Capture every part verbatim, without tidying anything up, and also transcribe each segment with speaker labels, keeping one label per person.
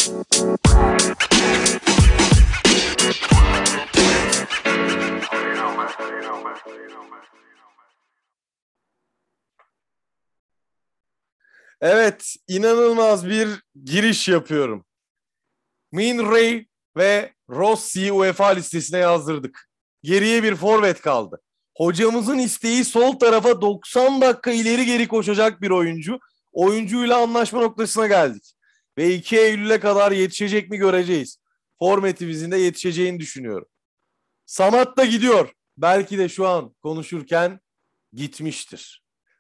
Speaker 1: Evet, inanılmaz bir giriş yapıyorum. Min Ray ve Rossi'yi UEFA listesine yazdırdık. Geriye bir forvet kaldı. Hocamızın isteği sol tarafa doksan dakika ileri geri koşacak bir oyuncu. Oyuncuyla anlaşma noktasına geldik. Ve iki Eylül'e kadar yetişecek mi göreceğiz. Forvetimizin de yetişeceğini düşünüyorum. Samat da gidiyor. Belki de şu an konuşurken gitmiştir.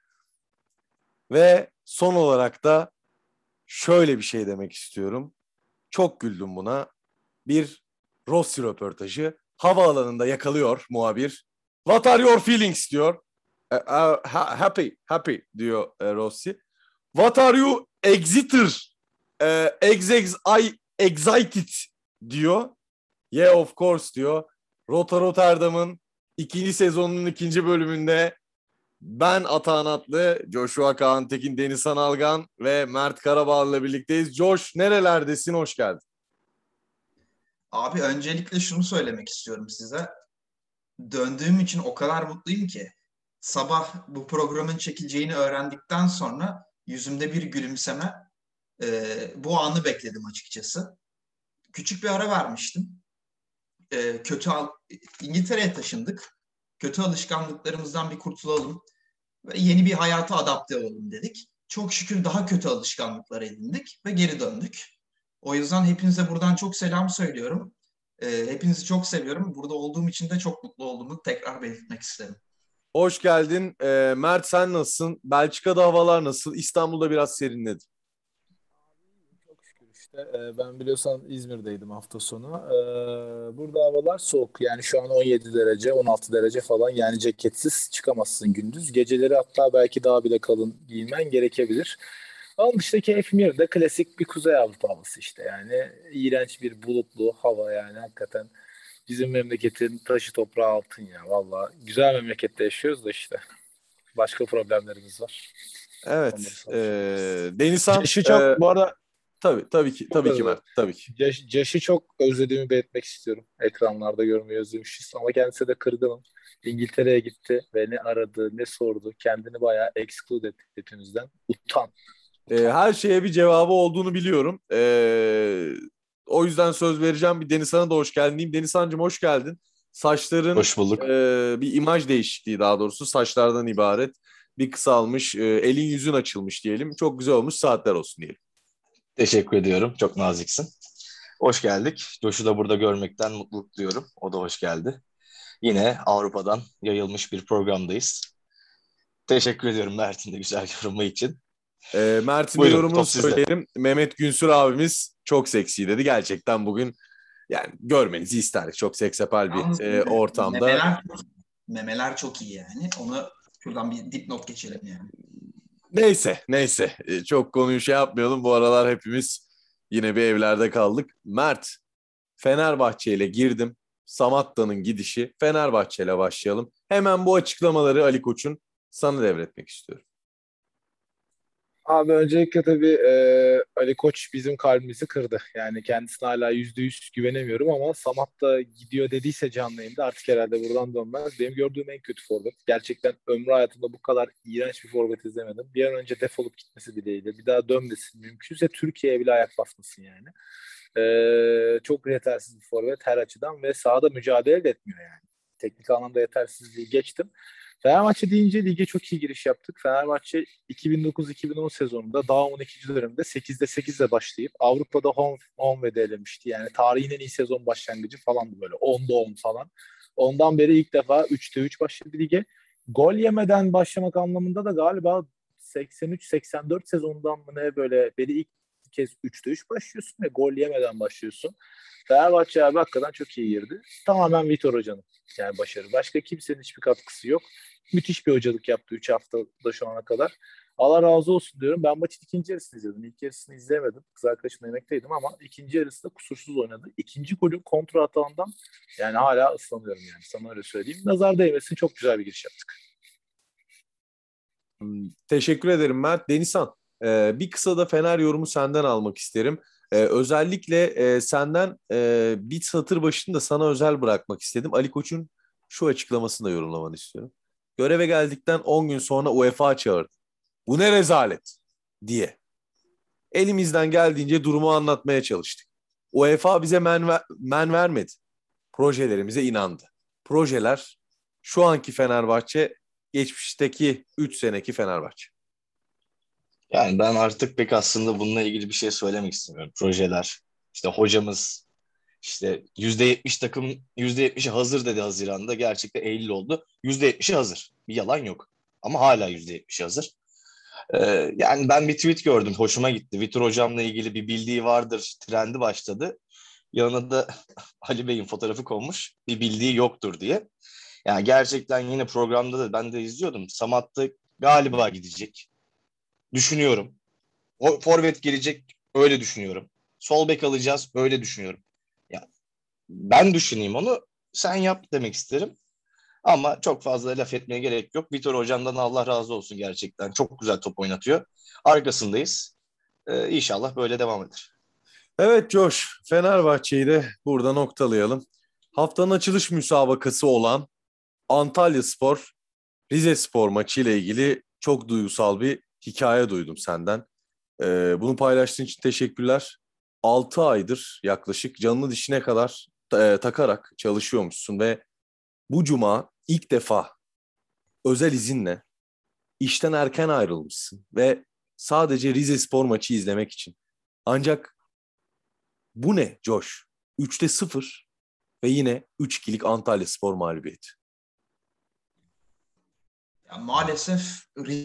Speaker 1: Ve son olarak da şöyle bir şey demek istiyorum. Çok güldüm buna. Bir Rossi röportajı. Havaalanında yakalıyor muhabir. What are your feelings diyor. Uh, uh, happy, happy diyor uh, Rossi. What are you Exeter? Uh, ex ex I excited diyor. Yeah of course diyor. Rota Rotterdam'ın ikinci sezonunun ikinci bölümünde ben Atahan Atlı, Joshua Kaan Tekin, Deniz Analgan ve Mert Karabağlı'yla birlikteyiz. Josh nerelerdesin? Hoş geldin.
Speaker 2: Abi öncelikle şunu söylemek istiyorum size. Döndüğüm için o kadar mutluyum ki sabah bu programın çekileceğini öğrendikten sonra yüzümde bir gülümseme, e, bu anı bekledim açıkçası. Küçük bir ara vermiştim. E, kötü al- İngiltere'ye taşındık. Kötü alışkanlıklarımızdan bir kurtulalım ve yeni bir hayata adapte olalım dedik. Çok şükür daha kötü alışkanlıklar edindik ve geri döndük. O yüzden hepinize buradan çok selam söylüyorum. E, hepinizi çok seviyorum. Burada olduğum için de çok mutlu olduğumu tekrar belirtmek isterim.
Speaker 1: Hoş geldin. Ee, Mert sen nasılsın? Belçika'da havalar nasıl? İstanbul'da biraz serinledi.
Speaker 3: Çok şükür işte. Ee, Ben biliyorsan İzmir'deydim hafta sonu. Ee, Burada havalar soğuk. Yani şu an on yedi derece, on altı derece falan. Yani ceketsiz çıkamazsın gündüz. Geceleri hatta belki daha bile kalın giyinmen gerekebilir. Ama işte keyfim yerinde. Klasik bir Kuzey Avrupa havası işte. Yani iğrenç bir bulutlu hava yani hakikaten. Bizim memleketin taşı toprağı altın ya. Valla güzel memlekette yaşıyoruz da işte. Başka problemlerimiz var. Onları
Speaker 1: Evet.
Speaker 3: sonra
Speaker 1: Ee, Denizhan
Speaker 3: Yaşı
Speaker 1: e,
Speaker 3: çok bu arada
Speaker 1: tabii tabii ki
Speaker 3: çok
Speaker 1: tabii ki
Speaker 3: özledim.
Speaker 1: Mert tabii ki.
Speaker 3: Yaş- Yaşı çok özlediğimi belirtmek istiyorum. Ekranlarda görmeyi özlemişiz. Ama kendisi de kırgınım. İngiltere'ye gitti ve ne aradı ne sordu. Kendini bayağı exclude etti hepimizden. Utan.
Speaker 1: Ee,
Speaker 3: Utan.
Speaker 1: her şeye bir cevabı olduğunu biliyorum. Ee, o yüzden söz vereceğim. Bir Denizhan'a da hoş geldin diyeyim. Denizhan'cığım hoş geldin. Saçların
Speaker 4: Hoş bulduk.
Speaker 1: e, bir imaj değişikliği daha doğrusu saçlardan ibaret. Bir kısalmış, e, elin yüzün açılmış diyelim. Çok güzel olmuş, saatler olsun diyelim.
Speaker 4: Teşekkür ediyorum. Çok naziksin. Hoş geldik. Coş'u da burada görmekten mutluluk duyuyorum. O da hoş geldi. Yine Avrupa'dan yayılmış bir programdayız. Teşekkür ediyorum Mert'in de güzel yorumu için.
Speaker 1: E, Mert'in de
Speaker 4: Buyurun,
Speaker 1: yorumunu
Speaker 4: top sizde.
Speaker 1: söyleyelim. Mehmet Günsür abimiz çok seksi dedi. Gerçekten bugün yani görmenizi isterdik. Çok seksapal
Speaker 2: Yalnız
Speaker 1: bir e, ortamda.
Speaker 2: memeler, memeler çok iyi yani. Onu şuradan bir dipnot geçelim yani.
Speaker 1: Neyse, neyse. E, çok konuyu şey yapmayalım. Bu aralar hepimiz yine bir evlerde kaldık. Mert, Fenerbahçe ile girdim. Samatta'nın gidişi. Fenerbahçe ile başlayalım. Hemen bu açıklamaları Ali Koç'un sana devretmek istiyorum.
Speaker 3: Abi öncelikle tabii e, Ali Koç bizim kalbimizi kırdı. Yani kendisine hala yüzde yüz güvenemiyorum ama Samat da gidiyor dediyse canlı yayında artık herhalde buradan dönmez. Benim gördüğüm en kötü forvet. Gerçekten ömrü hayatımda bu kadar iğrenç bir forvet izlemedim. Bir an önce defolup gitmesi dileğiyle. Bir daha dönmesin. Mümkünse Türkiye'ye bile ayak basmasın yani. E, çok yetersiz bir forvet her açıdan ve sahada mücadele de etmiyor yani. Teknik anlamda yetersizliği geçtim. Fenerbahçe deyince lige çok iyi giriş yaptık. Fenerbahçe iki bin dokuz iki bin on sezonunda daha on ikinci dönemde sekizde sekizle başlayıp Avrupa'da home, home ve elemişti. Yani tarihin en iyi sezon başlangıcı falandı böyle. onda on falan. Ondan beri ilk defa üçte üç başladı lige. Gol yemeden başlamak anlamında da galiba seksen üç seksen dört sezonundan mı ne böyle beri ilk kez üçte üç başlıyorsun ve gol yemeden başlıyorsun. Fenerbahçe abi hakikaten çok iyi girdi. Tamamen Vitor Hoca'nın yani başarı. Başka kimsenin hiçbir katkısı yok. Müthiş bir hocalık yaptı üç haftada şu ana kadar. Allah razı olsun diyorum. Ben maçın ikinci yarısını izledim. İlk yarısını izleyemedim. Kız arkadaşımla yemekteydim ama ikinci yarısı da kusursuz oynadı. İkinci golün kontra atağından yani hala ıslanıyorum yani. Sana öyle söyleyeyim. Nazar değmesin, çok güzel bir giriş yaptık.
Speaker 1: Teşekkür ederim Mert. Denizhan, e, bir kısa da Fener yorumu senden almak isterim. Ee, özellikle e, senden e, bir satır başını da sana özel bırakmak istedim. Ali Koç'un şu açıklamasını da yorumlamanı istiyorum. Göreve geldikten on gün sonra UEFA çağırdı. Bu ne rezalet diye. Elimizden geldiğince durumu anlatmaya çalıştık. UEFA bize men, ver, men vermedi. Projelerimize inandı. Projeler şu anki Fenerbahçe, geçmişteki üç seneki Fenerbahçe.
Speaker 4: Yani ben artık pek aslında bununla ilgili bir şey söylemek istemiyorum. Projeler, işte hocamız, işte yüzde yetmiş takım yüzde yetmişi hazır dedi Haziran'da. Gerçekten Eylül oldu. yüzde yetmişi hazır. Bir yalan yok. Ama hala yüzde yetmişi hazır. Ee, yani ben bir tweet gördüm. Hoşuma gitti. Vitor hocamla ilgili bir bildiği vardır. Trendi başladı. Yanına da Ali Bey'in fotoğrafı konmuş. Bir bildiği yoktur diye. Yani gerçekten yine programda da ben de izliyordum. Samatta galiba gidecek. Düşünüyorum. O forvet gelecek, öyle düşünüyorum. Sol bek alacağız, öyle düşünüyorum. Ya ben düşüneyim onu, sen yap demek isterim. Ama çok fazla laf etmeye gerek yok. Vitor hocamdan Allah razı olsun gerçekten. Çok güzel top oynatıyor. Arkasındayız. Ee, İnşallah böyle devam eder.
Speaker 1: Evet Coş, Fenerbahçe'yi de burada noktalayalım. Haftanın açılış müsabakası olan Antalyaspor Rizespor maçı ile ilgili çok duygusal bir hikaye duydum senden. Ee, bunu paylaştığın için teşekkürler. altı aydır yaklaşık canını dişine kadar e, takarak çalışıyormuşsun ve bu cuma ilk defa özel izinle işten erken ayrılmışsın ve sadece Rizespor maçı izlemek için. Ancak bu ne Josh? üçte sıfır ve yine üç ikilik Antalyaspor mağlubiyeti.
Speaker 2: Ya maalesef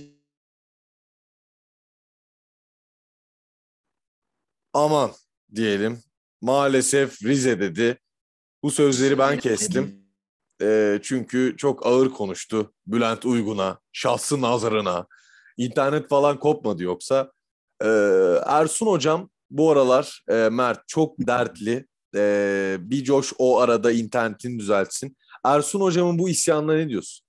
Speaker 1: Aman diyelim. Maalesef Rize dedi. Bu sözleri ben kestim. E, çünkü çok ağır konuştu. Bülent Uygun'a, şahsı nazarına. İnternet falan kopmadı yoksa. E, Ersun hocam bu aralar e, Mert çok dertli. E, bir coş o arada internetini düzeltsin. Ersun hocamın bu isyanına ne diyorsun?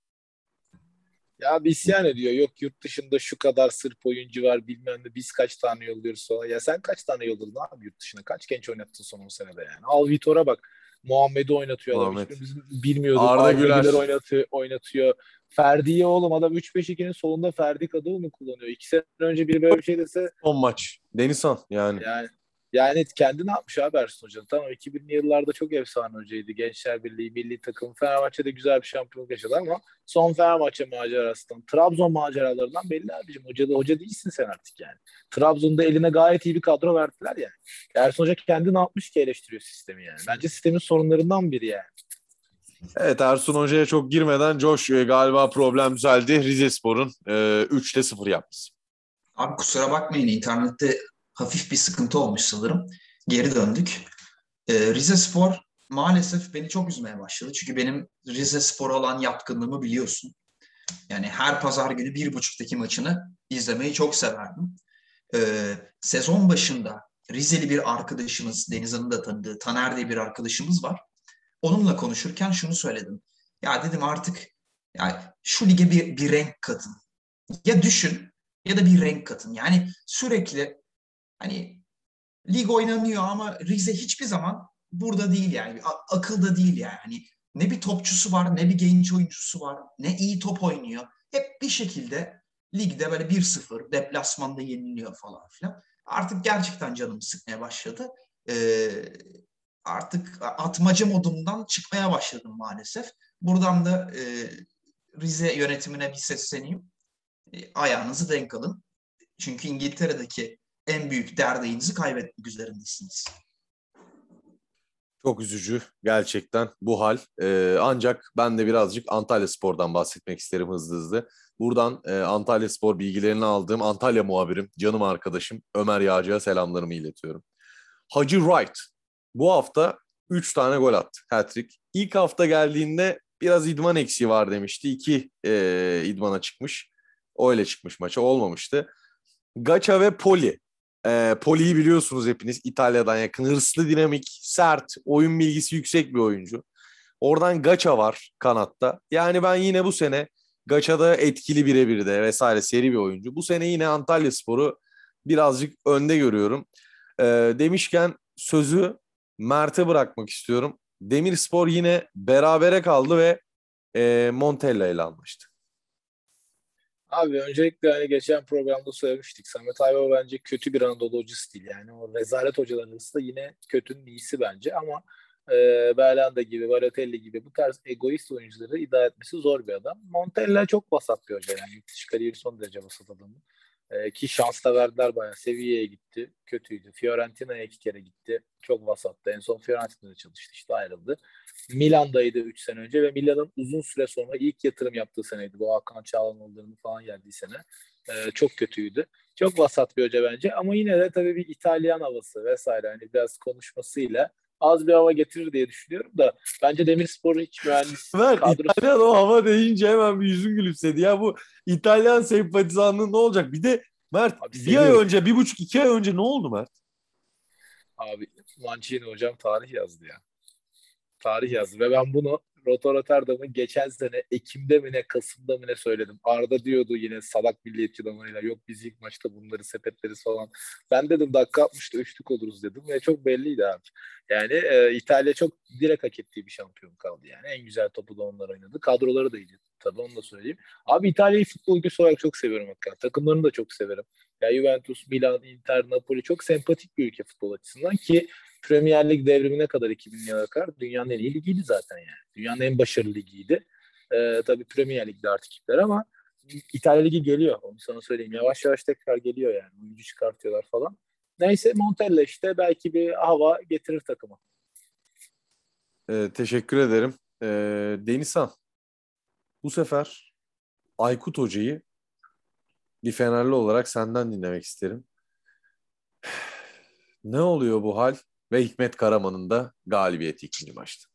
Speaker 3: Ya bir isyan ediyor. Yok yurt dışında şu kadar Sırp oyuncu var bilmem ne. Biz kaç tane yolluyoruz sonra. Ya sen kaç tane yolladın abi yurt dışına? Kaç genç oynattın son on senede yani? Al Vitor'a bak. Muhammed'i oynatıyor adam.
Speaker 1: Muhammed.
Speaker 3: Hiçbirimiz bilmiyorduk.
Speaker 1: Arda
Speaker 3: Arda
Speaker 1: Güler.
Speaker 3: Güler oynatıyor. oynatıyor. Ferdi'ye oğlum adam üç beş ikinin solunda Ferdi Kadıoğlu'nu kullanıyor. İki sene önce biri böyle bir şey dese
Speaker 1: Son maç. Denizhan yani.
Speaker 3: yani yani kendi ne yapmış abi Ersun Hoca'nın? Tamam iki binli yıllarda çok efsane hocaydı. Gençler Birliği, milli takım. Fenerbahçe'de güzel bir şampiyonluk yaşadı ama son Fenerbahçe macerasından, Trabzon maceralarından belli abicim. Hoca da hoca değilsin sen artık yani. Trabzon'da eline gayet iyi bir kadro verdiler yani. Ersun Hoca kendi ne yapmış ki eleştiriyor sistemi yani. Bence sistemin sorunlarından biri yani.
Speaker 1: Evet Ersun Hoca'ya çok girmeden Josh e, galiba problem düzeldi. Rizespor'un e, üçte sıfır yapması.
Speaker 2: Abi kusura bakmayın internette hafif bir sıkıntı olmuş sanırım. Geri döndük. Ee, Rizespor maalesef beni çok üzmeye başladı. Çünkü benim Rizespor'a olan yatkınlığımı biliyorsun. Yani her pazar günü bir buçuktaki maçını izlemeyi çok severdim. Ee, sezon başında Rizeli bir arkadaşımız, Denizhan'ın da tanıdığı Taner diye bir arkadaşımız var. Onunla konuşurken şunu söyledim. Ya dedim artık ya şu lige bir, bir renk katın. Ya düşün ya da bir renk katın. Yani sürekli hani lig oynanıyor ama Rize hiçbir zaman burada değil yani. A- akılda değil yani. Hani ne bir topçusu var, ne bir genç oyuncusu var, ne iyi top oynuyor. Hep bir şekilde ligde böyle bir sıfır deplasmanda yeniliyor falan filan. Artık gerçekten canımı sıkmaya başladı. Ee, artık atmaca modumdan çıkmaya başladım maalesef. Buradan da e, Rize yönetimine bir sesleneyim. E, ayağınızı denk alın. Çünkü İngiltere'deki en büyük derdeğinizi kaybetmek üzerindesiniz.
Speaker 1: Çok üzücü gerçekten bu hal. Ee, ancak ben de birazcık Antalyaspor'dan bahsetmek isterim hızlı hızlı. Buradan e, Antalyaspor bilgilerini aldığım Antalya muhabirim, canım arkadaşım Ömer Yağcı'ya selamlarımı iletiyorum. Hacı Wright bu hafta üç tane gol attı. Hat-trick. İlk hafta geldiğinde biraz idman eksiği var demişti. iki e, idmana çıkmış. Öyle çıkmış maça, olmamıştı. Gaça ve Poli. Ee, Poli'yi biliyorsunuz hepiniz, İtalya'dan yakın. Hırslı, dinamik, sert, oyun bilgisi yüksek bir oyuncu. Oradan Gaça var kanatta. Yani ben yine bu sene Gaça'da etkili birebir de vesaire seri bir oyuncu. Bu sene yine Antalyaspor'u birazcık önde görüyorum. E, demişken sözü Mert'e bırakmak istiyorum. Demirspor yine berabere kaldı ve e, Montella ile anlaştı.
Speaker 3: Abi öncelikle hani geçen programda söylemiştik. Samet Aybaba bence kötü bir Anadolu hocası değil. Yani o rezalet hocalar arasında yine kötünün iyisi bence ama e, Belhanda gibi, Balotelli gibi bu tarz egoist oyuncuları idare etmesi zor bir adam. Montella çok vasat bir hoca yani. Yurt dışı kariyeri son derece vasat adamı. E, ki şans da verdiler bayağı. Sevilla'ya gitti. Kötüydü. Fiorentina'ya iki kere gitti. Çok vasattı. En son Fiorentina'da çalıştı. İşte ayrıldı. Milan'daydı üç sene önce ve Milan'ın uzun süre sonra ilk yatırım yaptığı seneydi. Bu Hakan Çalhanoğlu'nun falan geldiği sene. Ee, çok kötüydü. Çok vasat bir hoca bence ama yine de tabii bir İtalyan havası vesaire hani biraz konuşmasıyla az bir hava getirir diye düşünüyorum da bence Demirspor'un hiç mühendis
Speaker 1: Ver,
Speaker 3: kadrosu...
Speaker 1: İtalyan o hava deyince hemen bir yüzün gülümsedi. Ya bu İtalyan sempatizanlığı ne olacak? Bir de Mert
Speaker 3: Abi
Speaker 1: bir ay
Speaker 3: seviyorum.
Speaker 1: önce, bir buçuk iki ay önce ne oldu Mert?
Speaker 3: Abi Mancini hocam tarih yazdı ya. Tarih yazdı ve ben bunu Roto Rotterdam'ın geçen sene Ekim'de mi ne Kasım'da mı ne söyledim. Arda diyordu yine salak milliyetçi damarıyla yok biz ilk maçta bunları sepetleriz falan. Ben dedim dakika altmışta üçlük oluruz dedim ve çok belliydi abi. Yani e, İtalya çok direkt hak ettiği bir şampiyon kaldı yani. En güzel topu da onlar oynadı. Kadroları da iyiydi. Tabii onu da söyleyeyim. Abi İtalya'yı futbol ülkesi olarak çok seviyorum hakikaten. Takımlarını da çok severim. Ya Juventus, Milan, Inter, Napoli çok sempatik bir ülke futbol açısından ki Premier Lig devrimine kadar iki binli yıla kadar dünyanın en iyi ligiydi zaten yani. Dünyanın en başarılı ligiydi. Ee, tabii Premier Lig'de artık ligler ama İtalya Ligi geliyor. Onu sana söyleyeyim. Yavaş yavaş tekrar geliyor yani. Oyuncu çıkartıyorlar falan. Neyse Montella işte belki bir hava getirir takıma.
Speaker 1: Ee, teşekkür ederim. Ee, Denizhan, bu sefer Aykut Hoca'yı bir Fenerli olarak senden dinlemek isterim. Ne oluyor bu hal? Ve Hikmet Karaman'ın da galibiyeti ikinci maçta.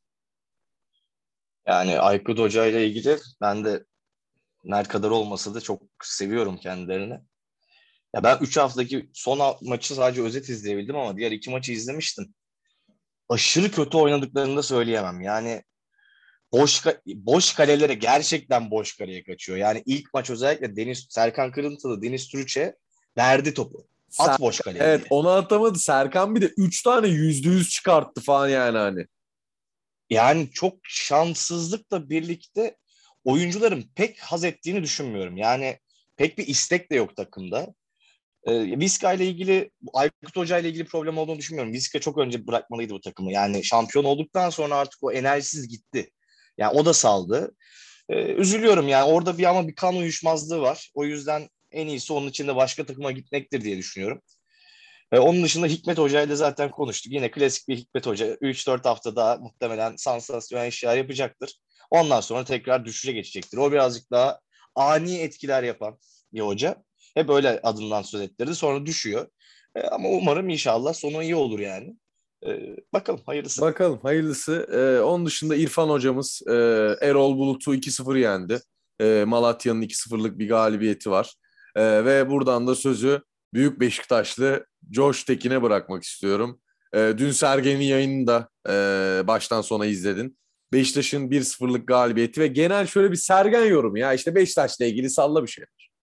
Speaker 4: Yani Aykut Hoca ile ilgili ben de Mert kadar olmasa da çok seviyorum kendilerini. Ya ben üç haftaki son maçı sadece özet izleyebildim ama diğer iki maçı izlemiştim. Aşırı kötü oynadıklarını da söyleyemem. Yani boş boş kalelere gerçekten boş kaleye kaçıyor. Yani ilk maç özellikle Deniz Serkan Kırıntılı, Deniz Türüç'e verdi topu. At
Speaker 1: Serkan,
Speaker 4: boş kaleye
Speaker 1: evet
Speaker 4: diye.
Speaker 1: onu atamadı. Serkan bir de üç tane yüzde yüz çıkarttı falan yani hani.
Speaker 4: Yani çok şanssızlıkla birlikte oyuncuların pek haz ettiğini düşünmüyorum. Yani pek bir istek de yok takımda. Ee, Vizca ile ilgili, Aykut Hoca ile ilgili problem olduğunu düşünmüyorum. Vizca çok önce bırakmalıydı bu takımı. Yani şampiyon olduktan sonra artık o enerjisiz gitti. Yani o da saldı. Ee, üzülüyorum yani orada bir ama bir kan uyuşmazlığı var. O yüzden en iyisi onun için de başka takıma gitmektir diye düşünüyorum. Ee, onun dışında Hikmet Hoca ile zaten konuştuk. Yine klasik bir Hikmet Hoca. üç dört hafta daha muhtemelen sansasyon işler yapacaktır. Ondan sonra tekrar düşüşe geçecektir. O birazcık daha ani etkiler yapan bir hoca. Hep öyle adından söz ettirdi. Sonra düşüyor. Ee, ama umarım inşallah sonu iyi olur yani. Ee, bakalım hayırlısı.
Speaker 1: Bakalım hayırlısı. Ee, onun dışında İrfan hocamız e, Erol Bulut'u iki sıfır yendi. E, Malatya'nın iki sıfırlık bir galibiyeti var. E, ve buradan da sözü Büyük Beşiktaşlı Josh Tekin'e bırakmak istiyorum. E, dün Sergen'in yayınını da e, baştan sona izledin. Beşiktaş'ın bir sıfırlık galibiyeti ve genel şöyle bir Sergen yorumu ya işte Beşiktaş'la ilgili salla bir şey.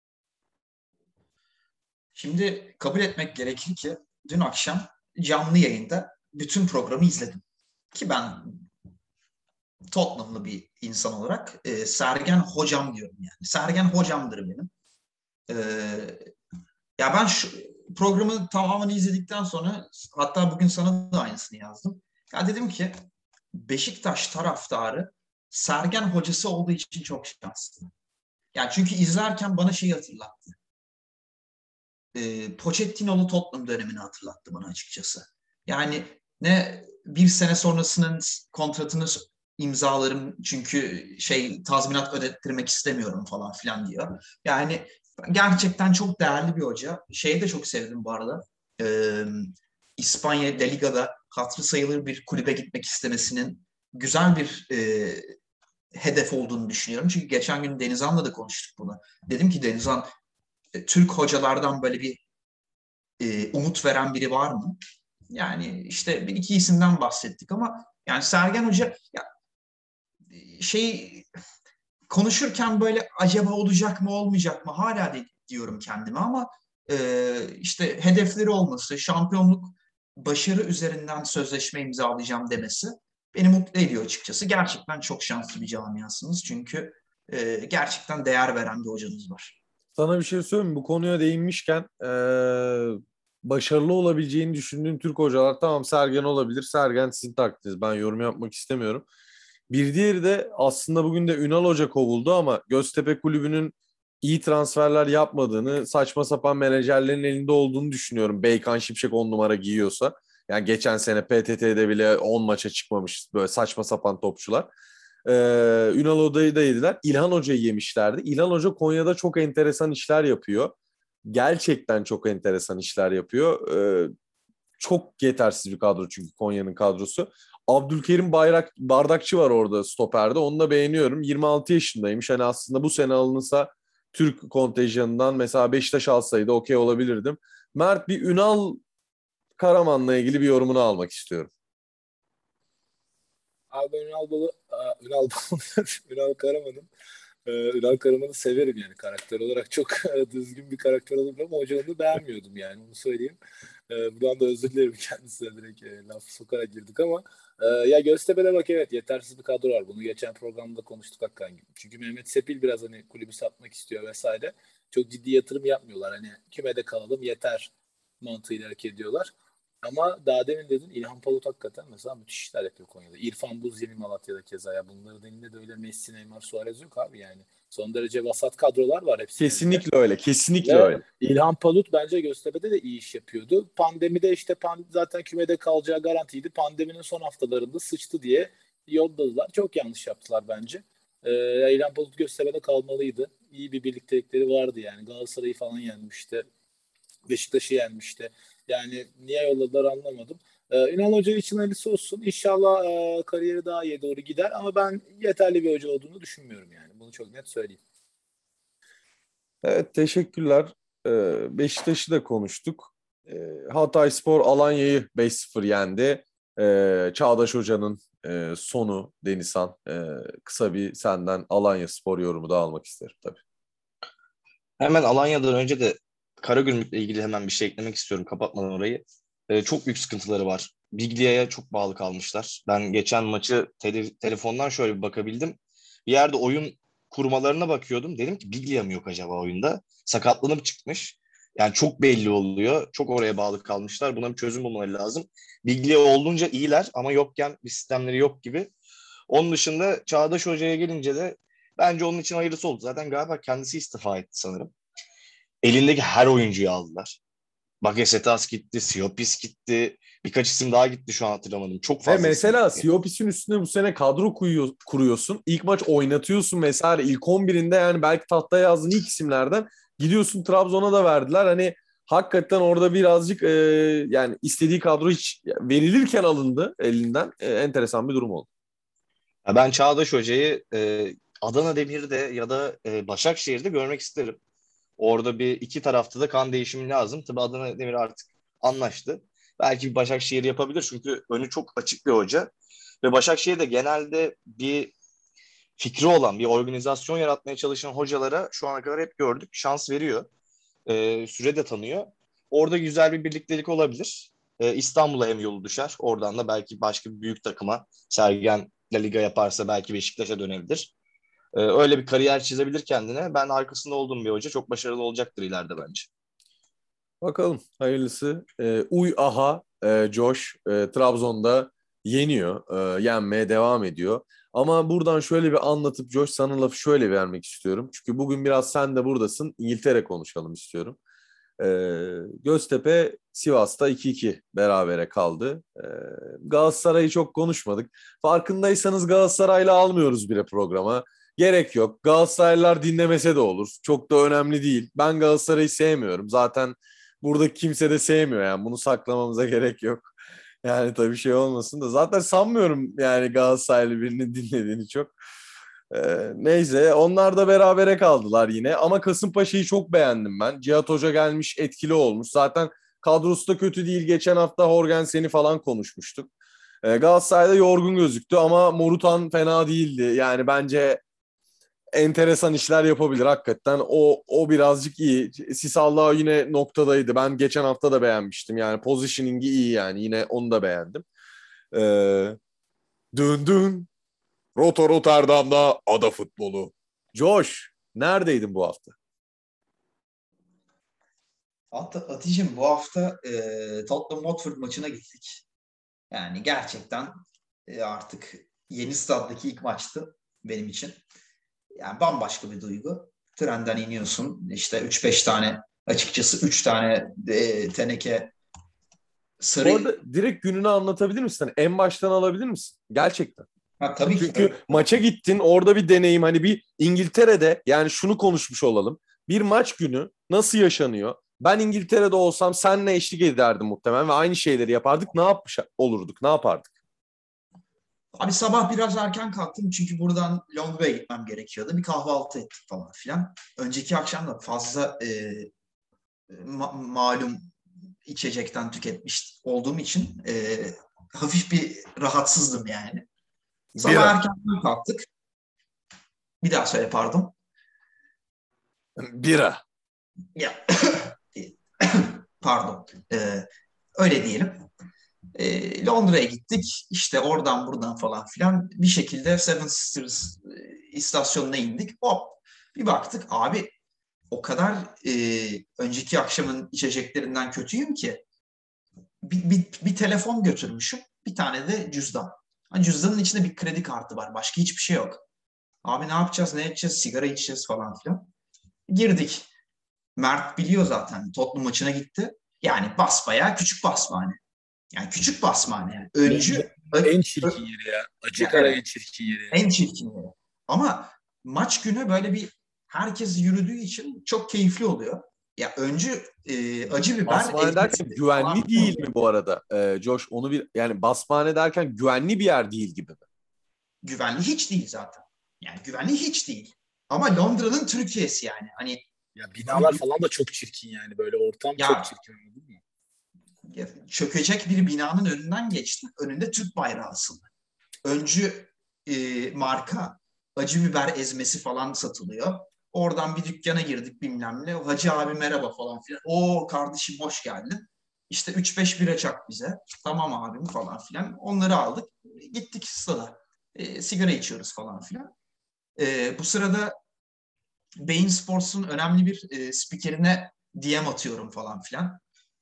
Speaker 2: Şimdi kabul etmek gerekir ki dün akşam canlı yayında bütün programı izledim. Ki ben Tottenham'lı bir insan olarak e, Sergen hocam diyorum yani. Sergen hocamdır benim. E, ya ben şu programı tamamını izledikten sonra hatta bugün sana da aynısını yazdım. Ya dedim ki Beşiktaş taraftarı Sergen hocası olduğu için çok şanslı. Yani çünkü izlerken bana şeyi hatırlattı. E, Pochettino'lu Tottenham dönemini hatırlattı bana açıkçası. Yani ne bir sene sonrasının kontratını imzalarım çünkü şey tazminat ödettirmek istemiyorum falan filan diyor. Yani gerçekten çok değerli bir hoca. Şeyi de çok sevdim bu arada. Ee, İspanya La Liga'da hatırı sayılır bir kulübe gitmek istemesinin güzel bir e, hedef olduğunu düşünüyorum. Çünkü geçen gün Denizhan'la da konuştuk bunu. Dedim ki Denizhan, e, Türk hocalardan böyle bir e, umut veren biri var mı? Yani işte bir iki isimden bahsettik ama yani Sergen Hoca ya, şey konuşurken böyle acaba olacak mı olmayacak mı hala de diyorum kendime ama e, işte hedefleri olması, şampiyonluk başarı üzerinden sözleşme imzalayacağım demesi beni mutlu ediyor açıkçası. Gerçekten çok şanslı bir camiasınız. Çünkü e, gerçekten değer veren bir hocanız var.
Speaker 1: Sana bir şey söyleyeyim mi? Bu konuya değinmişken ee, başarılı olabileceğini düşündüğün Türk hocalar, tamam Sergen olabilir. Sergen sizin takdiriniz. Ben yorum yapmak istemiyorum. Bir diğeri de aslında bugün de Ünal Hoca kovuldu ama Göztepe Kulübü'nün iyi transferler yapmadığını, saçma sapan menajerlerin elinde olduğunu düşünüyorum. Beykan Şipşek on numara giyiyorsa. Yani geçen sene P T T'de bile on maça çıkmamış böyle saçma sapan topçular. Ee, Ünal Hoca'yı da yediler. İlhan Hoca'yı yemişlerdi. İlhan Hoca Konya'da çok enteresan işler yapıyor. Gerçekten çok enteresan işler yapıyor. Ee, çok yetersiz bir kadro çünkü Konya'nın kadrosu. Abdülkerim Bayrak Bardakçı var orada stoperde. Onu da beğeniyorum. yirmi altı yaşındaymış. Hani aslında bu sene alınırsa Türk kontenjanından mesela Beşiktaş alsaydı okey olabilirdim. Mert, bir Ünal Karaman'la ilgili bir yorumunu almak istiyorum.
Speaker 3: Abi ben Ünal Balı, Aa, Ünal Balı, Ünal Karaman'ın e, Ünal Karaman'ı severim yani karakter olarak çok e, düzgün bir karakter olur ama hocalığını beğenmiyordum yani onu söyleyeyim. E, buradan da özür dilerim kendisine direkt e, laf sokarak girdik ama e, ya Göztepe'de bak evet yetersiz bir kadro var. Bunu geçen programda konuştuk hakikaten. Çünkü Mehmet Sepil biraz hani kulübü satmak istiyor vesaire. Çok ciddi yatırım yapmıyorlar. Hani kümede kalalım yeter mantığıyla hareket ediyorlar. Ama daha demin dedin İlhan Palut hakikaten mesela müthiş işler yapıyor Konya'da. İrfan Buz yeni Malatya'da keza ya. Bunların elinde de öyle Messi, Neymar, Suarez yok abi yani. Son derece vasat kadrolar var hepsinin
Speaker 1: Kesinlikle
Speaker 3: elinde.
Speaker 1: öyle. Kesinlikle
Speaker 3: Ve
Speaker 1: öyle.
Speaker 3: İlhan Palut bence Göztepe'de de iyi iş yapıyordu. Pandemide işte pan, zaten kümede kalacağı garantiydi. Pandeminin son haftalarında sıçtı diye yolladılar. Çok yanlış yaptılar bence. Ee, İlhan Palut Göztepe'de kalmalıydı. İyi bir birliktelikleri vardı yani. Galatasaray'ı falan yenmişti. Beşiktaş'ı yenmişti. Yani niye yolladılar anlamadım. Ee, Ünal Hoca için hayırlısı olsun. İnşallah e, kariyeri daha iyi doğru gider ama ben yeterli bir hoca olduğunu düşünmüyorum yani. Bunu çok net söyleyeyim.
Speaker 1: Evet, teşekkürler. Ee, Beşiktaş'ı da konuştuk. Ee, Hatayspor Alanya'yı beş sıfır yendi. Ee, Çağdaş Hoca'nın e, sonu Denizhan. Ee, kısa bir senden Alanyaspor yorumu da almak isterim tabii.
Speaker 4: Hemen Alanya'dan önce de Karagümrük'le ilgili hemen bir şey eklemek istiyorum kapatmadan orayı. Ee, çok büyük sıkıntıları var. Biglia'ya çok bağlı kalmışlar. Ben geçen maçı tele- telefondan şöyle bir bakabildim. Bir yerde oyun kurmalarına bakıyordum. Dedim ki Biglia mı yok acaba oyunda? Sakatlanıp çıkmış. Yani çok belli oluyor. Çok oraya bağlı kalmışlar. Buna bir çözüm bulmaları lazım. Biglia olduğunca iyiler ama yokken bir sistemleri yok gibi. Onun dışında Çağdaş Hoca'ya gelince de bence onun için hayırlısı oldu. Zaten galiba kendisi istifa etti sanırım. Elindeki her oyuncuyu aldılar. Bakasetas gitti, Siopis gitti. Birkaç isim daha gitti şu an hatırlamadım. Çok
Speaker 1: Ve
Speaker 4: fazla isim
Speaker 1: mesela
Speaker 4: gitti.
Speaker 1: Siopis'in üstüne bu sene kadro kuruyor, kuruyorsun. İlk maç oynatıyorsun mesela ilk on birinde, yani belki tahtaya yazdığın ilk isimlerden gidiyorsun Trabzon'a da verdiler. Hani hakikaten orada birazcık e, yani istediği kadro hiç verilirken alındı elinden. E, enteresan bir durum oldu.
Speaker 4: Ya ben Çağdaş Hoca'yı e, Adana Demir'de ya da e, Başakşehir'de görmek isterim. Orada bir iki tarafta da kan değişimi lazım. Tabii Adana Demir artık anlaştı. Belki bir Başakşehir yapabilir çünkü önü çok açık bir hoca. Ve Başakşehir'de genelde bir fikri olan, bir organizasyon yaratmaya çalışan hocalara şu ana kadar hep gördük. Şans veriyor. E, süre de tanıyor. Orada güzel bir birliktelik olabilir. E, İstanbul'a hem yolu düşer. Oradan da belki başka bir büyük takıma Sergen La Liga yaparsa belki Beşiktaş'a dönebilir. E, öyle bir kariyer çizebilir kendine. Ben arkasında olduğum bir hoca. Çok başarılı olacaktır ileride bence.
Speaker 1: Bakalım hayırlısı. E, Uy Aha, e, Josh e, Trabzon'da yeniyor. E, yenmeye devam ediyor. Ama buradan şöyle bir anlatıp Josh sana lafı şöyle vermek istiyorum. Çünkü bugün biraz sen de buradasın. İngiltere konuşalım istiyorum. E, Göztepe Sivas'ta iki iki berabere kaldı. E, Galatasaray'ı çok konuşmadık. Farkındaysanız Galatasaray'la almıyoruz bile programa. Gerek yok. Galatasaraylılar dinlemese de olur. Çok da önemli değil. Ben Galatasaray'ı sevmiyorum. Zaten burada kimse de sevmiyor yani. Bunu saklamamıza gerek yok. Yani tabii şey olmasın da. Zaten sanmıyorum yani Galatasaraylı birinin dinlediğini çok. Ee, neyse onlar da berabere kaldılar yine. Ama Kasımpaşa'yı çok beğendim ben. Cihat Hoca gelmiş, etkili olmuş. Zaten kadrosu da kötü değil. Geçen hafta Horgensen'i falan konuşmuştuk. Ee, Galatasaray'da yorgun gözüktü ama Morutan fena değildi. Yani bence enteresan işler yapabilir hakikaten. O o birazcık iyi. Sisallah yine noktadaydı. Ben geçen hafta da beğenmiştim. Yani positioning'i iyi yani. Yine onu da beğendim. Ee, dün dün Roto Rotterdam'da ada futbolu. Josh, neredeydin bu hafta?
Speaker 2: At Aticim bu hafta e, Tottenham Watford maçına gittik. Yani gerçekten e, artık yeni staddaki ilk maçtı benim için. Yani bambaşka bir duygu. Trenden iniyorsun. İşte üç beş tane, açıkçası üç tane e, teneke sarı.
Speaker 1: Orada direkt gününü anlatabilir misin? Hani en baştan alabilir misin? Gerçekten.
Speaker 2: Ha, tabii ki.
Speaker 1: Çünkü
Speaker 2: Tabii.
Speaker 1: maça gittin, orada bir deneyim. Hani bir İngiltere'de, yani şunu konuşmuş olalım. Bir maç günü nasıl yaşanıyor? Ben İngiltere'de olsam seninle eşlik ederdim muhtemelen ve aynı şeyleri yapardık. Ne yapmış olurduk? Ne yapardık?
Speaker 2: Abi sabah biraz erken kalktım çünkü buradan Londra'ya gitmem gerekiyordu. Bir kahvaltı ettik falan filan. Önceki akşam da fazla e, ma- malum içecekten tüketmiş olduğum için e, hafif bir rahatsızdım yani. Sabah
Speaker 1: Bira.
Speaker 2: erkenden kalktık. Bir daha söyle pardon.
Speaker 1: Bira.
Speaker 2: Ya pardon. E, öyle diyelim. E, Londra'ya gittik. İşte oradan buradan falan filan bir şekilde Seven Sisters e, istasyonuna indik. Hop bir baktık abi o kadar e, önceki akşamın içeceklerinden kötüyüm ki bir, bir, bir telefon götürmüşüm. Bir tane de cüzdan. Ha, cüzdanın içinde bir kredi kartı var. Başka hiçbir şey yok. Abi ne yapacağız, ne edeceğiz, sigara içeceğiz falan filan. Girdik. Mert biliyor zaten. Tottenham maçına gitti. Yani basbayağı küçük basmane. Yani küçük basmane. Yani. Öncü.
Speaker 3: En çirkin yeri ya. Açık ara en çirkin yeri.
Speaker 2: En çirkin yeri. Ama maç günü böyle bir herkes yürüdüğü için çok keyifli oluyor. Ya öncü e, acı biber.
Speaker 1: Basmane derken güvenli değil mi bu arada? Ee, Josh onu bir yani basmane derken güvenli bir yer değil gibi mi?
Speaker 2: Güvenli hiç değil zaten. Yani güvenli hiç değil. Ama Londra'nın Türkiye'si yani. Hani
Speaker 3: ya binalar falan da çok çirkin yani. Böyle ortam
Speaker 2: ya,
Speaker 3: çok çirkin. Değil mi?
Speaker 2: Ya, çökecek bir binanın önünden geçtim. Önünde Türk bayrağı asılı. Öncü e, marka acı biber ezmesi falan satılıyor. Oradan bir dükkana girdik bilmem ne. Hacı abi merhaba falan filan. Oo kardeşim hoş geldin. İşte üç beş bira çak bize. Tamam abim falan filan. Onları aldık. Gittik stada. E, sigara içiyoruz falan filan. E, bu sırada Bein Sports'un önemli bir e, spikerine D M atıyorum falan filan.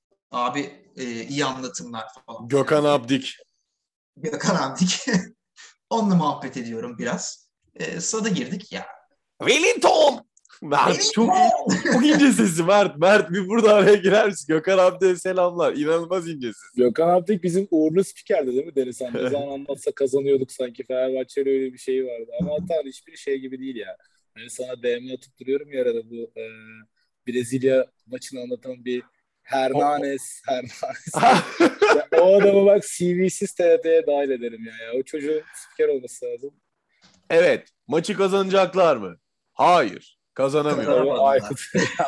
Speaker 2: Abi e, iyi anlatımlar falan.
Speaker 1: Gökhan Abdik.
Speaker 2: Gökhan Abdik. Onunla muhabbet ediyorum biraz. E, stada girdik ya.
Speaker 1: Wellington! Mert çok, çok ince sesi Mert. Mert bir burada araya girer misin? Gökhan Abdik'e selamlar. İnanılmaz ince sesi.
Speaker 3: Gökhan Abdik bizim uğurlu spikerdi değil mi Deniz? Hani ne zaman anlatsa kazanıyorduk sanki. Fenerbahçe'yle öyle bir şey vardı. Ama hatta hiçbir şey gibi değil ya. Hani sana D M atıp duruyorum ya arada bu e, Brezilya maçını anlatan bir Hernanes, Hernanes. Ya, o adamı bak C V'siz T R T'ye dahil ederim ya. ya. O çocuğun spiker olması lazım.
Speaker 1: Evet. Maçı kazanacaklar mı? Hayır. Kazanamıyor.
Speaker 3: O Aykut.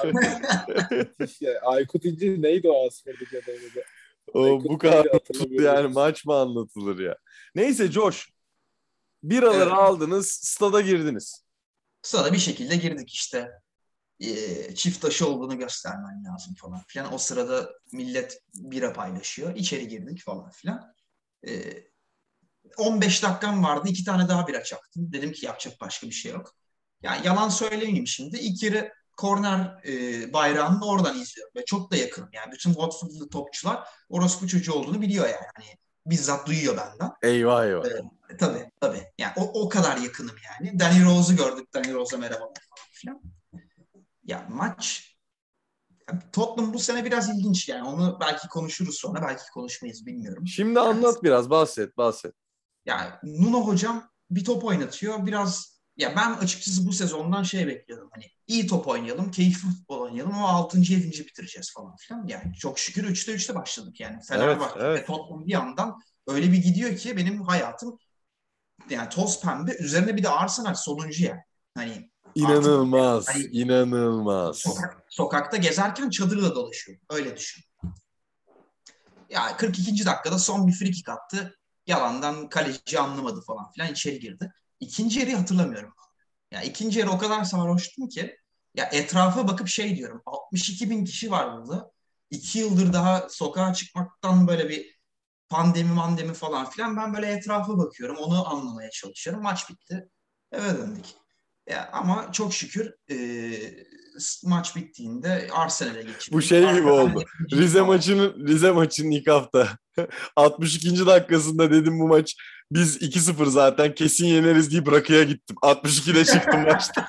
Speaker 3: Aykut İnci neydi o Asford'daki adamı da?
Speaker 1: O bu kadar yani maç mı anlatılır ya? Neyse Josh. Biraları evet. Aldınız, stada girdiniz.
Speaker 2: Stada bir şekilde girdik işte. Ee, çift taşı olduğunu göstermen lazım falan filan. O sırada millet bira paylaşıyor. İçeri girdik falan filan. Ee, on beş dakikam vardı. İki tane daha bira çaktım. Dedim ki yapacak başka bir şey yok. Yani yalan söylemeyeyim şimdi. İlk yarı korner e, bayrağını oradan izliyorum. Ve çok da yakınım. Yani bütün Watford'lu topçular orospu çocuğu olduğunu biliyor yani. Hani bizzat duyuyor benden.
Speaker 1: Eyvah eyvah.
Speaker 2: Ee, tabii tabii. Yani o, o kadar yakınım yani. Danny Rose'u gördük. Danny Rose'a merhaba falan filan. Ya maç Tottenham bu sene biraz ilginç yani. Onu belki konuşuruz sonra. Belki konuşmayız bilmiyorum.
Speaker 1: Şimdi yani, anlat biraz. Bahset bahset.
Speaker 2: Yani Nuno hocam bir top oynatıyor. Biraz ya ben açıkçası bu sezondan şey bekliyorum. Hani iyi top oynayalım, keyifli futbol oynayalım ama altıncı yedinci bitireceğiz falan filan. Yani çok şükür üçte üçte başladık yani. Fenerbahçe evet, evet. ve Tottenham bir yandan öyle bir gidiyor ki benim hayatım yani toz pembe. Üzerine bir de Arsenal sonuncu yani. Hani
Speaker 1: İnanılmaz,
Speaker 2: artık, hani,
Speaker 1: inanılmaz.
Speaker 2: Sokak, sokakta gezerken çadırla dolaşıyor. Öyle düşün. Ya kırk ikinci dakikada son bir free kick attı. Yalandan kaleci anlamadı falan filan içeri girdi. İkinci yarıyı hatırlamıyorum. Ya ikinci yarı o kadar sarhoştum ki ya etrafa bakıp şey diyorum. altmış iki bin kişi var burada. İki yıldır daha sokağa çıkmaktan böyle bir pandemi mandemi falan filan. Ben böyle etrafa bakıyorum. Onu anlamaya çalışıyorum. Maç bitti. Eve döndük. Ya ama çok şükür e, maç bittiğinde Arsenal'e
Speaker 1: Bu
Speaker 2: geçildik.
Speaker 1: şey gibi
Speaker 2: Arkadan
Speaker 1: oldu.
Speaker 2: ikinciyi
Speaker 1: Rize
Speaker 2: falan.
Speaker 1: maçının Rize maçının ilk hafta. altmış ikinci dakikasında dedim bu maç biz iki sıfır zaten kesin yeneriz deyip rakıya gittim. altmış ikide çıktım maçtan.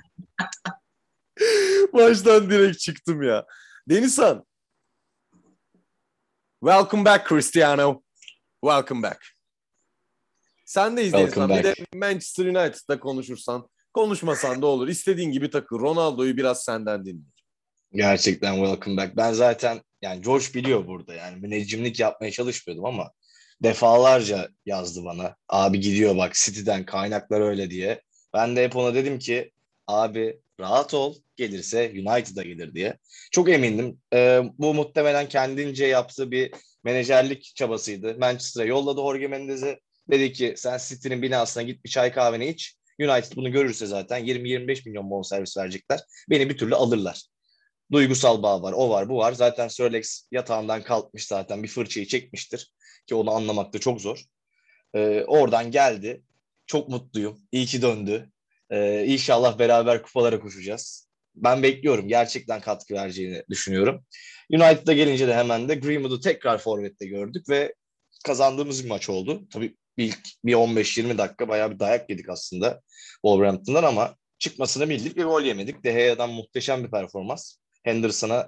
Speaker 1: Maçtan direkt çıktım ya. Denizhan. Welcome back Cristiano. Welcome back. Sen de
Speaker 4: Welcome
Speaker 1: Denizhan. Bir de
Speaker 4: back.
Speaker 1: Manchester United'da konuşursan. Konuşmasan da olur. İstediğin gibi takıl. Ronaldo'yu biraz senden dinle.
Speaker 4: Gerçekten welcome back. Ben zaten yani George biliyor burada yani müneccimlik yapmaya çalışmıyordum ama defalarca yazdı bana. Abi gidiyor bak City'den kaynaklar öyle diye. Ben de hep ona dedim ki abi rahat ol gelirse United'a gelir diye. Çok emindim. Ee, bu muhtemelen kendince yaptığı bir menajerlik çabasıydı. Manchester'a yolladı Jorge Mendes'i. Dedi ki sen City'nin binasına git bir çay kahveni iç. United bunu görürse zaten yirmi yirmi beş milyon bonservis verecekler. Beni bir türlü alırlar. Duygusal bağ var, o var, bu var. Zaten Sir Alex yatağından kalkmış zaten bir fırçayı çekmiştir. Ki onu anlamak da çok zor. Ee, oradan geldi. Çok mutluyum. İyi ki döndü. Ee, İnşallah beraber kupalara koşacağız. Ben bekliyorum. Gerçekten katkı vereceğini düşünüyorum. United'a gelince de hemen de Greenwood'u tekrar forvette gördük ve kazandığımız bir maç oldu. Tabii ilk bir on beş yirmi dakika bayağı bir dayak yedik aslında Wolverhampton'dan ama çıkmasını bildik ve gol yemedik. De Gea'dan muhteşem bir performans. Henderson'a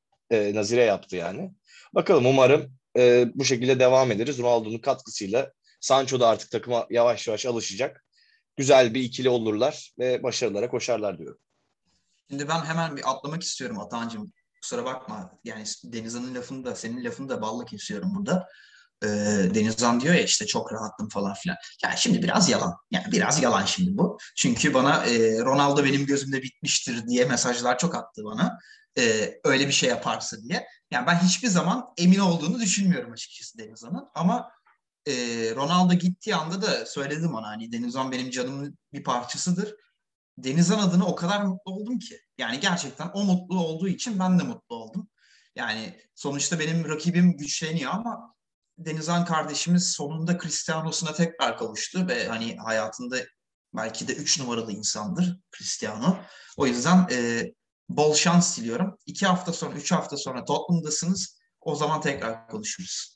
Speaker 4: e, nazire yaptı yani. Bakalım umarım e, bu şekilde devam ederiz. Ronaldo'nun katkısıyla Sancho da artık takıma yavaş yavaş alışacak. Güzel bir ikili olurlar ve başarılara koşarlar diyorum.
Speaker 2: Şimdi ben hemen bir atlamak istiyorum Atancığım. Kusura bakma. Yani Denizhan'ın lafını da senin lafını da balla kesiyorum burada. Ee, Denizhan diyor ya işte çok rahattım falan filan. Yani şimdi biraz yalan. Yani biraz yalan şimdi bu. Çünkü bana e, Ronaldo benim gözümde bitmiştir diye mesajlar çok attı bana. Ee, öyle bir şey yaparsa diye. Yani ben hiçbir zaman emin olduğunu düşünmüyorum açıkçası Denizhan'ın. Ama e, Ronaldo gittiği anda da söyledim ona hani Denizhan benim canımın bir parçasıdır. Denizhan adına o kadar mutlu oldum ki. Yani gerçekten o mutlu olduğu için ben de mutlu oldum. Yani sonuçta benim rakibim güçleniyor ama Denizhan kardeşimiz sonunda Cristiano'suna tekrar kavuştu ve hani hayatında belki de üç numaralı insandır Cristiano. O yüzden e, bol şans diliyorum. İki hafta sonra, üç hafta sonra Tottenham'dasınız. O zaman tekrar konuşuruz.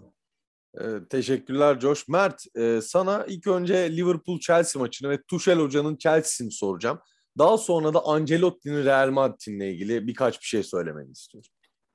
Speaker 1: Ee, teşekkürler Josh. Mert, e, sana ilk önce Liverpool-Chelsea maçını ve Tuchel Hoca'nın Chelsea'sini soracağım. Daha sonra da Ancelotti'nin Real Madrid'le ilgili birkaç bir şey söylemeni istiyorum.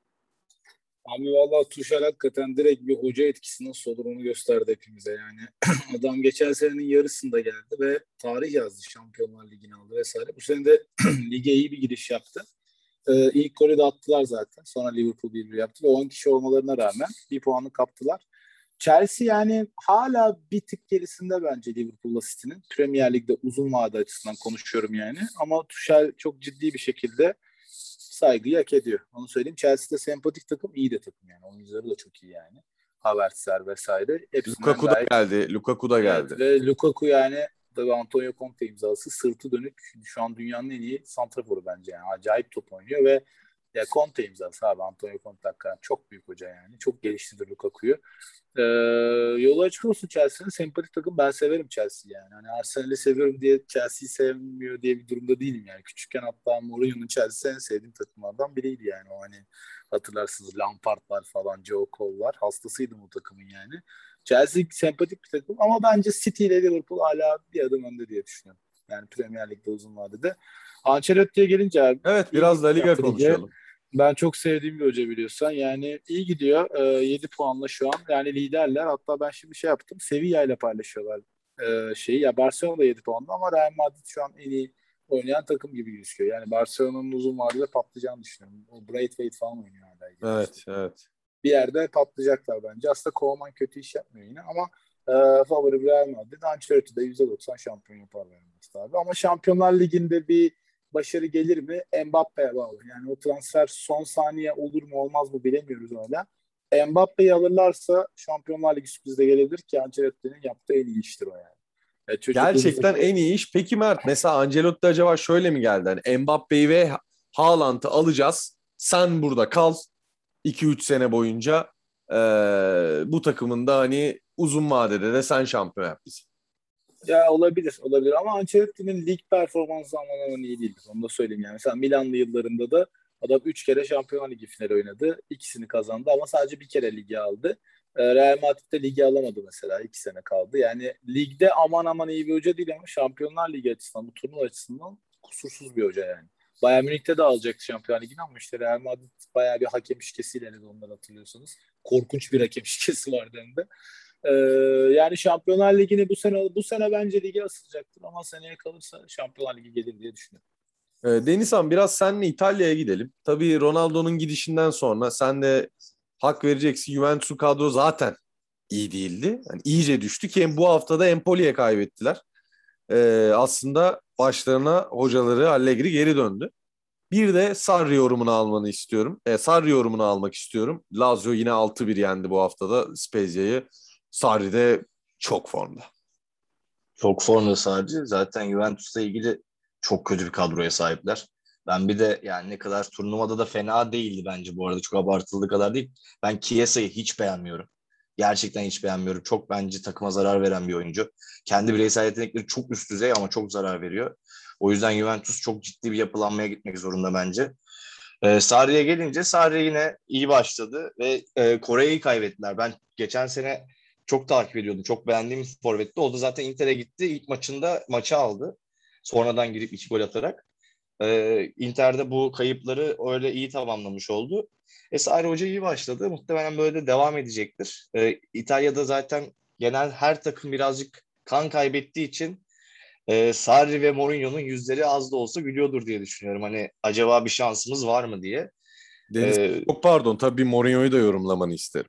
Speaker 3: Abi vallahi Tuchel hakikaten direkt bir hoca etkisi nasıl olur onu gösterdi hepimize yani. Adam geçen senenin yarısında geldi ve tarih yazdı. Şampiyonlar Ligi'ni aldı vesaire. Bu sene de lige iyi bir giriş yaptı. Ee, ilk golü de attılar zaten. Sonra Liverpool bir bir yaptı ve on kişi olmalarına rağmen bir puanı kaptılar. Chelsea yani hala bir tık gerisinde bence Liverpool'la City'nin. Premier Lig'de uzun vade açısından konuşuyorum yani. Ama Tuchel çok ciddi bir şekilde saygıyı hak ediyor. Onu söyleyeyim. Chelsea'de sempatik takım, iyi de takım yani. Oyuncuları da çok iyi yani. Havertzler vesaire. Hepsinden
Speaker 1: Lukaku da
Speaker 3: gayet...
Speaker 1: geldi. Lukaku da geldi.
Speaker 3: Evet, ve Lukaku yani tabii Antonio Conte imzası, sırtı dönük. Şu an dünyanın en iyi santraforu bence yani. Acayip top oynuyor ve ya Conte imzası abi. Antonio Conte hakikaten çok büyük hoca yani. Çok geliştirdi Lukaku'yu. Ee, yolu açık olsun Chelsea'nin. Sempatik takım, ben severim Chelsea yani. Hani Arsenal'i seviyorum diye Chelsea'yi sevmiyor diye bir durumda değilim yani. Küçükken hatta Mourinho'nun Chelsea en sevdiğim takımlardan biriydi yani. O hani hatırlarsınız Lampard'lar falan, Joe Cole'lar. Hastasıydım o takımın yani. Chelsea sempatik bir takım ama bence City ile Liverpool hala bir adım önde diye düşünüyorum. Yani Premier Lig'de uzun vadede. Ancelotti'ye gelince abi.
Speaker 1: Evet, biraz da Liga konuşalım.
Speaker 3: Ben çok sevdiğim bir hoca biliyorsan. Yani iyi gidiyor. E, yedi puanla şu an. Yani liderler. Hatta ben şimdi şey yaptım. Sevilla ile paylaşıyorlar e, şeyi. Ya Barcelona da yedi puanla ama Real Madrid şu an en iyi oynayan takım gibi gözüküyor. Yani Barcelona'nın uzun vadede patlayacağını düşünüyorum. O Braithwaite falan oynuyor hala.
Speaker 1: Evet, işte. evet.
Speaker 3: Bir yerde patlayacaklar bence. Aslında Koeman kötü iş yapmıyor yine ama e, favori Real Madrid. Ancelotti de yüzde doksan şampiyon yapar vermesi abi. Ama Şampiyonlar Ligi'nde bir başarı gelir mi? Mbappe'ye bağlı. Yani o transfer son saniye olur mu olmaz mı bilemiyoruz hala. Mbappe'yi alırlarsa Şampiyonlar Ligi sürpriz de gelebilir ki Ancelotti'nin yaptığı en iyi iştir o yani. Yani
Speaker 1: Gerçekten en iyi iş. Peki Mert, mesela Ancelotti acaba şöyle mi geldi? Hani Mbappe'yi ve Haaland'ı alacağız. Sen burada kal iki üç sene boyunca. Ee, bu takımın da hani uzun vadede de sen şampiyon yap bizi.
Speaker 3: Ya olabilir, olabilir ama Ancelotti'nin lig performansı aman aman iyi değildir. Onu da söyleyeyim yani. Mesela Milanlı yıllarında da adam üç kere Şampiyonlar Ligi finali oynadı. İkisini kazandı ama sadece bir kere ligi aldı. Ee, Real Madrid'de ligi alamadı mesela. iki sene kaldı. Yani ligde aman aman iyi bir hoca değil ama Şampiyonlar Ligi açısından, bu turnuva açısından kusursuz bir hoca yani. Bayern Münih'te de alacaktı Şampiyonlar Ligi'ni ama işte Real Madrid bayağı bir hakem şikesiyle eledi, onları hatırlıyorsanız. Korkunç bir hakem şikesi vardı hem de. Ee, yani Şampiyonlar Ligi'ni bu sene bu sene bence ligi asılacaktır ama seneye kalırsa Şampiyonlar Ligi gelir diye düşünüyorum.
Speaker 1: Ee, Denizhan, biraz seninle İtalya'ya gidelim. Tabii Ronaldo'nun gidişinden sonra sen de hak vereceksin. Juventus'un kadro zaten iyi değildi. Yani iyice düştü ki bu hafta da Empoli'ye kaybettiler. Ee, aslında başlarına hocaları Allegri geri döndü. Bir de Sarri yorumunu almanı istiyorum. E, Sarri yorumunu almak istiyorum. Lazio yine altı bir yendi bu haftada Spezia'yı. Sarri de çok formda.
Speaker 4: Çok formda sadece. Zaten Juventus'la ilgili çok kötü bir kadroya sahipler. Ben bir de yani ne kadar turnuvada da fena değildi bence bu arada. Çok abartıldığı kadar değil. Ben Chiesa'yı hiç beğenmiyorum. Gerçekten hiç beğenmiyorum. Çok bence takıma zarar veren bir oyuncu. Kendi bireysel yetenekleri çok üst düzey ama çok zarar veriyor. O yüzden Juventus çok ciddi bir yapılanmaya gitmek zorunda bence. Ee, Sarri'ye gelince Sarri yine iyi başladı ve e, Kore'yi kaybettiler. Ben geçen sene çok takip ediyordum. Çok beğendiğim bir forvetti. O da zaten Inter'e gitti. İlk maçında maçı aldı. Sonradan girip iki gol atarak. Ee, Inter'de bu kayıpları öyle iyi tamamlamış oldu. E, Sarri Hoca iyi başladı. Muhtemelen böyle de devam edecektir. Ee, İtalya'da zaten genel her takım birazcık kan kaybettiği için e, Sarri ve Mourinho'nun yüzleri az da olsa gülüyordur diye düşünüyorum. Hani acaba bir şansımız var mı diye.
Speaker 1: Deniz,
Speaker 4: Ee,
Speaker 1: çok pardon, tabii Mourinho'yu da yorumlamanı isterim.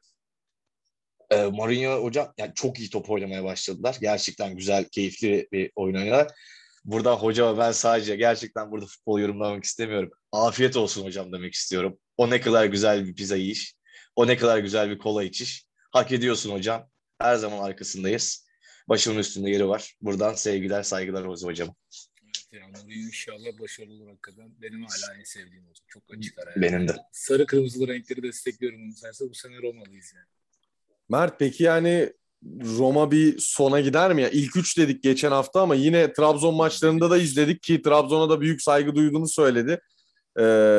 Speaker 4: e, Mourinho hocam yani çok iyi top oynamaya başladılar. Gerçekten güzel, keyifli bir oyun oynuyorlar. Buradan hocama ben sadece gerçekten burada futbol yorumlamak istemiyorum. Afiyet olsun hocam demek istiyorum. O ne kadar güzel bir pizza yiyiş. O ne kadar güzel bir kola içiş. Hak ediyorsun hocam. Her zaman arkasındayız. Başımın üstünde yeri var. Buradan sevgiler, saygılar Oğuz hocam.
Speaker 3: Evet yani Mourinho inşallah başarılı olur hakikaten. Benim hala en sevdiğim olacak. Çok açık ara yani.
Speaker 4: Benim de.
Speaker 3: Sarı kırmızılı renkleri destekliyorum. Mesela bu sene Roma'lıyız yani.
Speaker 1: Mert, peki yani Roma bir sona gider mi ya? İlk üç dedik geçen hafta ama yine Trabzon maçlarında da izledik ki Trabzon'a da büyük saygı duyduğunu söyledi. Ee,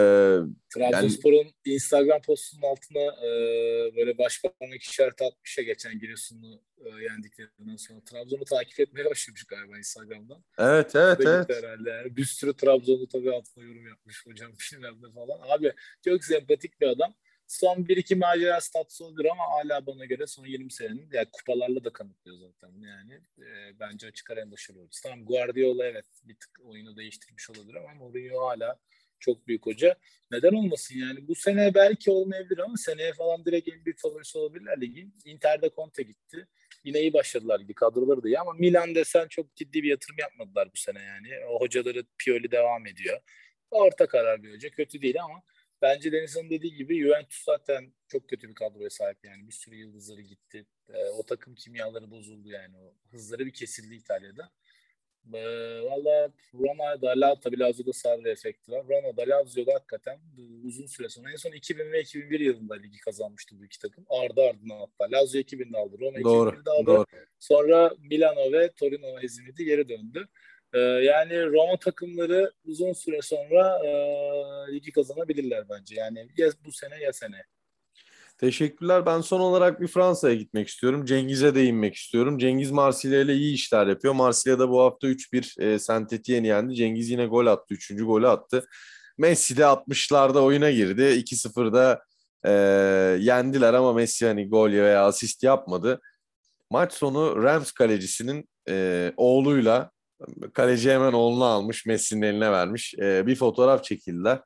Speaker 1: yani
Speaker 3: Trabzonspor'un Instagram postunun altına e, böyle başbakanlık işareti atmış ya geçen Giresun'u e, yendiklerinden sonra. Trabzon'u takip etmeye başlamış galiba Instagram'dan.
Speaker 1: evet evet
Speaker 3: Da
Speaker 1: evet.
Speaker 3: gitti herhalde. Yani bir sürü Trabzon'u tabii altına yorum yapmış hocam bilmem ne falan. Abi çok sempatik bir adam. Son bir iki macera statüsü olur ama hala bana göre son yirmi senenin yani kupalarla da kanıtlıyor zaten. Yani e, bence açık ara en başarılı oluruz. Tamam Guardiola evet bir tık oyunu değiştirmiş olabilir ama Mourinho hala çok büyük hoca. Neden olmasın yani? Bu sene belki olmayabilir ama seneye falan direkt en büyük favorisi olabilirler ligin. Inter'de Conte gitti. Yine iyi başladılar ligi. Kadroları da iyi ama Milan desen çok ciddi bir yatırım yapmadılar bu sene yani. O hocaları Pioli devam ediyor. Orta karar bir hoca. Kötü değil ama bence Deniz'in dediği gibi Juventus zaten çok kötü bir kadroya sahip yani. Bir sürü yıldızları gitti. E, o takım kimyaları bozuldu yani. O hızları bir kesildi İtalya'da. E, Valla Roma'da Lazio tabii Lazio'da Sarri efekti var. Roma'da Lazio'da hakikaten uzun süre sonra en son iki bin ve iki bin bir yılında ligi kazanmıştı bu iki takım. Ardı ardına hatta. Lazio iki binde aldı. Roma
Speaker 1: Doğru,
Speaker 3: iki bin birde aldı.
Speaker 1: doğru.
Speaker 3: Sonra Milano ve Torino hezimeti geri döndü. Ee, yani Roma takımları uzun süre sonra e, ligi kazanabilirler bence. Yani ya bu sene ya sene.
Speaker 1: Teşekkürler. Ben son olarak bir Fransa'ya gitmek istiyorum. Cengiz'e değinmek istiyorum. Cengiz Marsilya ile iyi işler yapıyor. Marsilya'da bu hafta üç bir e, Saint-Étienne'i yendi. Cengiz yine gol attı. Üçüncü golü attı. Messi de altmışlarda oyuna girdi. iki sıfırda e, yendiler ama Messi hani gol veya asist yapmadı. Maç sonu Rams kalecisinin e, oğluyla, kaleci hemen oğlunu almış, Messi'nin eline vermiş. E, bir fotoğraf çekildiler.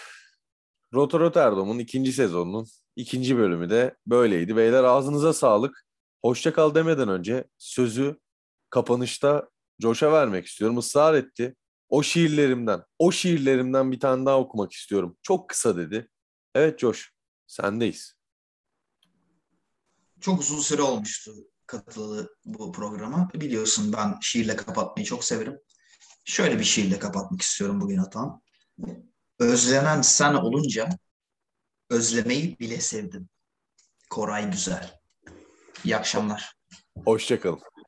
Speaker 1: Roto Rotterdam'ın ikinci sezonunun ikinci bölümü de böyleydi. Beyler, ağzınıza sağlık. Hoşça kal demeden önce sözü kapanışta Coş'a vermek istiyorum. Israr etti. O şiirlerimden, o şiirlerimden bir tane daha okumak istiyorum. Çok kısa dedi. Evet Coş, sendeyiz.
Speaker 2: Çok uzun süre olmuştu katılı bu programa. Biliyorsun ben şiirle kapatmayı çok severim. Şöyle bir şiirle kapatmak istiyorum bugün Atan. Özlenen sen olunca özlemeyi bile sevdim. Koray Güzel. İyi akşamlar.
Speaker 1: Hoşça kalın.